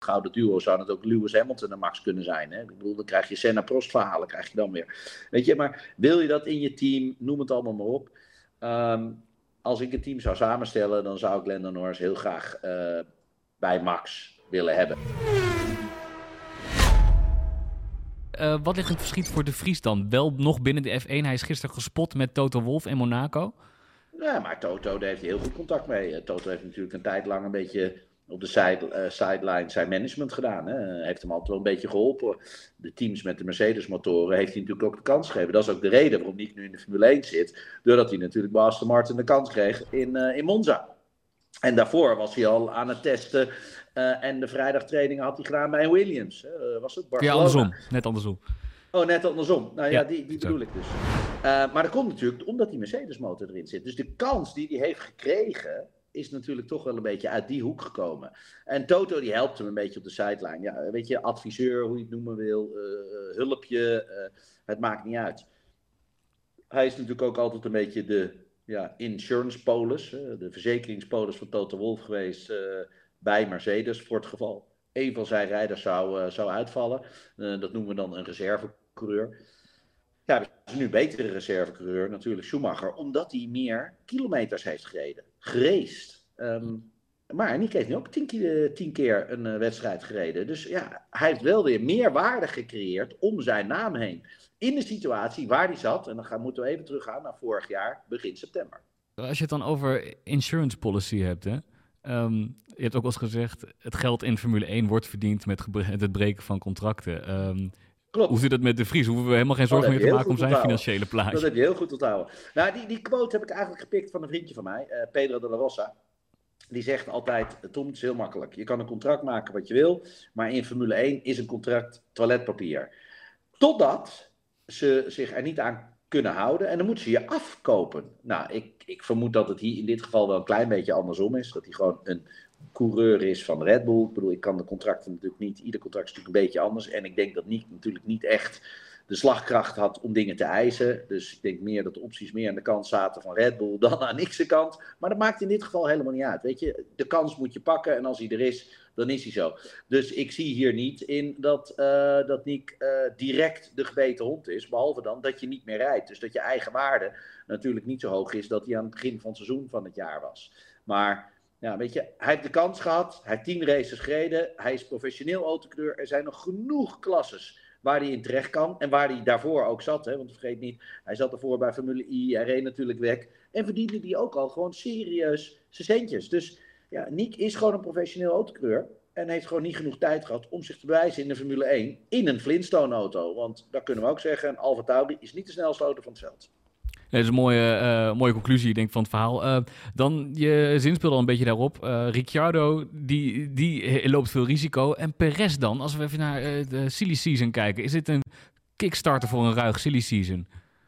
gouden duo zou het ook Lewis Hamilton en Max kunnen zijn. Hè? Ik bedoel, dan krijg je Senna-Prost verhalen, krijg je dan weer. Weet je, maar wil je dat in je team, noem het allemaal maar op. Als ik een team zou samenstellen, dan zou ik Lando Norris heel graag bij Max willen hebben. Wat ligt in het verschiet voor De Vries dan? Wel nog binnen de F1. Hij is gisteren gespot met Toto Wolff in Monaco. Ja, maar Toto, daar heeft hij heel goed contact mee. Toto heeft natuurlijk een tijd lang een beetje op de sideline zijn management gedaan. Hè. Heeft hem altijd wel een beetje geholpen. De teams met de Mercedes-motoren heeft hij natuurlijk ook de kans gegeven. Dat is ook de reden waarom hij nu in de Formule 1 zit. Doordat hij natuurlijk bij Aston Martin de kans kreeg in Monza. En daarvoor was hij al aan het testen. En de vrijdagtrainingen had hij gedaan bij Williams. Was het Barcelona? Ja, andersom. Net andersom. Oh, net andersom. Nou ja, Ja, die bedoel ik dus. Maar dat komt natuurlijk omdat die Mercedes-motor erin zit. Dus de kans die hij heeft gekregen is natuurlijk toch wel een beetje uit die hoek gekomen. En Toto die helpt hem een beetje op de sideline. Ja, weet je, adviseur, hoe je het noemen wil, hulpje, het maakt niet uit. Hij is natuurlijk ook altijd een beetje de insurance polis, de verzekeringspolis van Toto Wolff geweest bij Mercedes voor het geval een van zijn rijders zou uitvallen. Dat noemen we dan een reservecoureur. Ja, we zijn nu betere reservecoureur, natuurlijk Schumacher, omdat hij meer kilometers heeft geraced. Maar Nick heeft nu ook 10 keer een wedstrijd gereden. Dus ja, hij heeft wel weer meer waarde gecreëerd om zijn naam heen. In de situatie waar hij zat, en dan moeten we even teruggaan naar vorig jaar, begin september. Als je het dan over insurance policy hebt, hè? Je hebt ook wel eens gezegd, het geld in Formule 1 wordt verdiend met het breken van contracten. Klopt. Hoe zit het met De Vries? Hoeven we helemaal geen zorgen meer te maken om zijn financiële plaatje? Dat heb je heel goed onthouden. Nou, die quote heb ik eigenlijk gepikt van een vriendje van mij, Pedro de la Rosa. Die zegt altijd, Tom, het is heel makkelijk. Je kan een contract maken wat je wil, maar in Formule 1 is een contract toiletpapier. Totdat ze zich er niet aan kunnen houden en dan moeten ze je afkopen. Nou, ik vermoed dat het hier in dit geval wel een klein beetje andersom is. Dat hij gewoon een coureur is van Red Bull. Ik bedoel, ik kan de contracten natuurlijk niet. Ieder contract is natuurlijk een beetje anders. En ik denk dat Nick natuurlijk niet echt de slagkracht had om dingen te eisen. Dus ik denk meer dat de opties meer aan de kant zaten van Red Bull dan aan Nick's kant. Maar dat maakt in dit geval helemaal niet uit. Weet je, de kans moet je pakken en als hij er is, dan is hij zo. Dus ik zie hier niet in dat Nick direct de gebeten hond is. Behalve dan dat je niet meer rijdt. Dus dat je eigen waarde natuurlijk niet zo hoog is dat hij aan het begin van het seizoen van het jaar was. Maar ja, weet je, hij heeft de kans gehad. Hij heeft 10 races gereden. Hij is professioneel autocoureur. Er zijn nog genoeg klasses waar hij in terecht kan. En waar hij daarvoor ook zat. Hè? Want vergeet niet, hij zat ervoor bij Formule I. Hij reed natuurlijk weg. En verdiende die ook al gewoon serieus zijn centjes. Dus ja, Nick is gewoon een professioneel autocoureur. En heeft gewoon niet genoeg tijd gehad om zich te bewijzen in de Formule 1. In een Flintstone-auto. Want dat kunnen we ook zeggen. Een Alfa Tauri is niet de snelste auto van het veld. Dat is een mooie conclusie, denk ik, van het verhaal. Dan, je zinspeelde al een beetje daarop. Ricciardo, die loopt veel risico. En Perez dan, als we even naar de silly season kijken. Is dit een kickstarter voor een ruig silly season?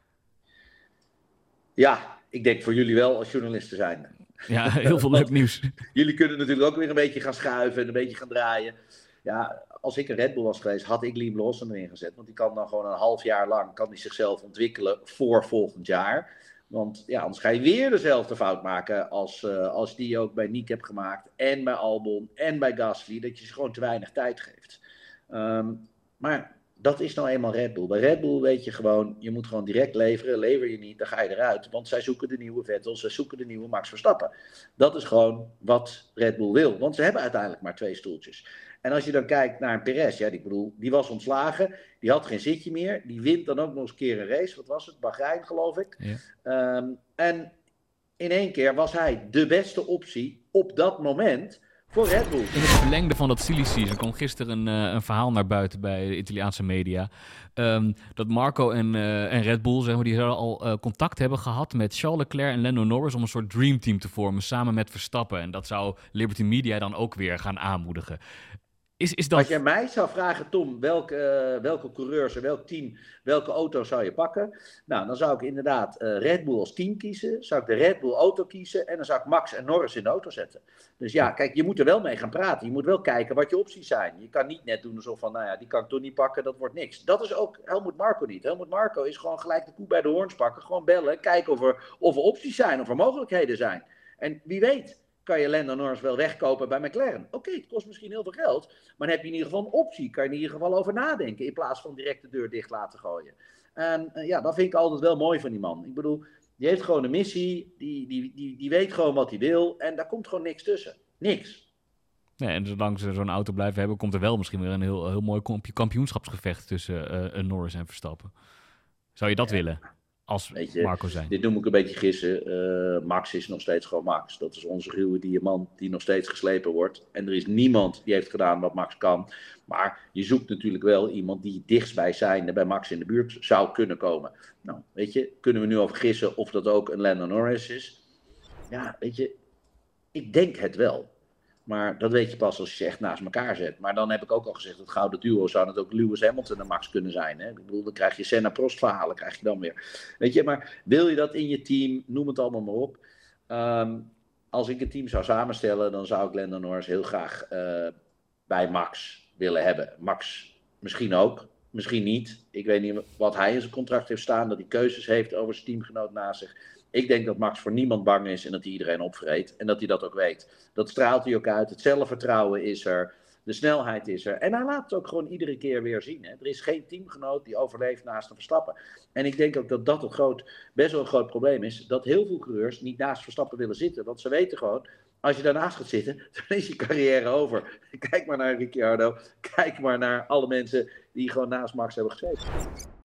Ja, ik denk voor jullie wel als journalisten zijn. Ja, heel veel leuk nieuws. Jullie kunnen natuurlijk ook weer een beetje gaan schuiven en een beetje gaan draaien. Ja, als ik een Red Bull was geweest, had ik Liam Lawson erin gezet. Want die kan dan gewoon een half jaar lang kan die zichzelf ontwikkelen voor volgend jaar. Want ja, anders ga je weer dezelfde fout maken als die je ook bij Nick hebt gemaakt. En bij Albon en bij Gasly. Dat je ze gewoon te weinig tijd geeft. Maar dat is nou eenmaal Red Bull. Bij Red Bull weet je gewoon, je moet gewoon direct leveren. Lever je niet, dan ga je eruit. Want zij zoeken de nieuwe Vettel, zij zoeken de nieuwe Max Verstappen. Dat is gewoon wat Red Bull wil. Want ze hebben uiteindelijk maar 2 stoeltjes. En als je dan kijkt naar een Perez, ja, die was ontslagen, die had geen zitje meer, die wint dan ook nog eens een keer een race, wat was het, Bahrein geloof ik. Ja. En in één keer was hij de beste optie op dat moment voor Red Bull. In het verlengde van dat silly season kwam gisteren een verhaal naar buiten bij de Italiaanse media. Dat Marco en Red Bull, zeg maar, die zouden al contact hebben gehad met Charles Leclerc en Lando Norris om een soort dreamteam te vormen samen met Verstappen. En dat zou Liberty Media dan ook weer gaan aanmoedigen. Is dat... Als jij mij zou vragen, Tom, welke coureurs en welk team, welke auto zou je pakken? Nou, dan zou ik inderdaad Red Bull als team kiezen. Zou ik de Red Bull auto kiezen en dan zou ik Max en Norris in de auto zetten. Dus ja, kijk, je moet er wel mee gaan praten. Je moet wel kijken wat je opties zijn. Je kan niet net doen alsof van, nou ja, die kan ik toch niet pakken, dat wordt niks. Dat is ook Helmut Marko niet. Helmut Marko is gewoon gelijk de koe bij de hoorns pakken. Gewoon bellen, kijken of er opties zijn, of er mogelijkheden zijn. En wie weet kan je Lando Norris wel wegkopen bij McLaren. Oké, het kost misschien heel veel geld, maar dan heb je in ieder geval een optie. Kan je in ieder geval over nadenken, in plaats van direct de deur dicht laten gooien. En dat vind ik altijd wel mooi van die man. Ik bedoel, die heeft gewoon een missie, die weet gewoon wat hij wil en daar komt gewoon niks tussen. Niks. Nee, en zolang ze zo'n auto blijven hebben, komt er wel misschien weer een heel mooi kampioenschapsgevecht tussen Norris en Verstappen. Zou je dat willen? Als Marco zijn. Dit noem ik een beetje gissen. Max is nog steeds gewoon Max. Dat is onze ruwe diamant die nog steeds geslepen wordt. En er is niemand die heeft gedaan wat Max kan. Maar je zoekt natuurlijk wel iemand die dichtstbij zijn bij Max in de buurt zou kunnen komen. Nou, weet je, kunnen we nu over gissen of dat ook een Lando Norris is? Ja, weet je, ik denk het wel. Maar dat weet je pas als je ze echt naast elkaar zet. Maar dan heb ik ook al gezegd, het gouden duo zou het ook Lewis Hamilton en Max kunnen zijn. Hè? Ik bedoel, dan krijg je Senna-Prost verhalen, krijg je dan weer. Weet je, maar wil je dat in je team, noem het allemaal maar op. Als ik een team zou samenstellen, dan zou ik Lando Norris heel graag bij Max willen hebben. Max misschien ook, misschien niet. Ik weet niet wat hij in zijn contract heeft staan, dat hij keuzes heeft over zijn teamgenoot naast zich. Ik denk dat Max voor niemand bang is en dat hij iedereen opvreet. En dat hij dat ook weet. Dat straalt hij ook uit. Het zelfvertrouwen is er. De snelheid is er. En hij laat het ook gewoon iedere keer weer zien. Hè. Er is geen teamgenoot die overleeft naast een Verstappen. En ik denk ook dat dat best wel een groot probleem is. Dat heel veel coureurs niet naast Verstappen willen zitten. Want ze weten gewoon, als je daarnaast gaat zitten, dan is je carrière over. Kijk maar naar Ricciardo. Kijk maar naar alle mensen die gewoon naast Max hebben gezeten.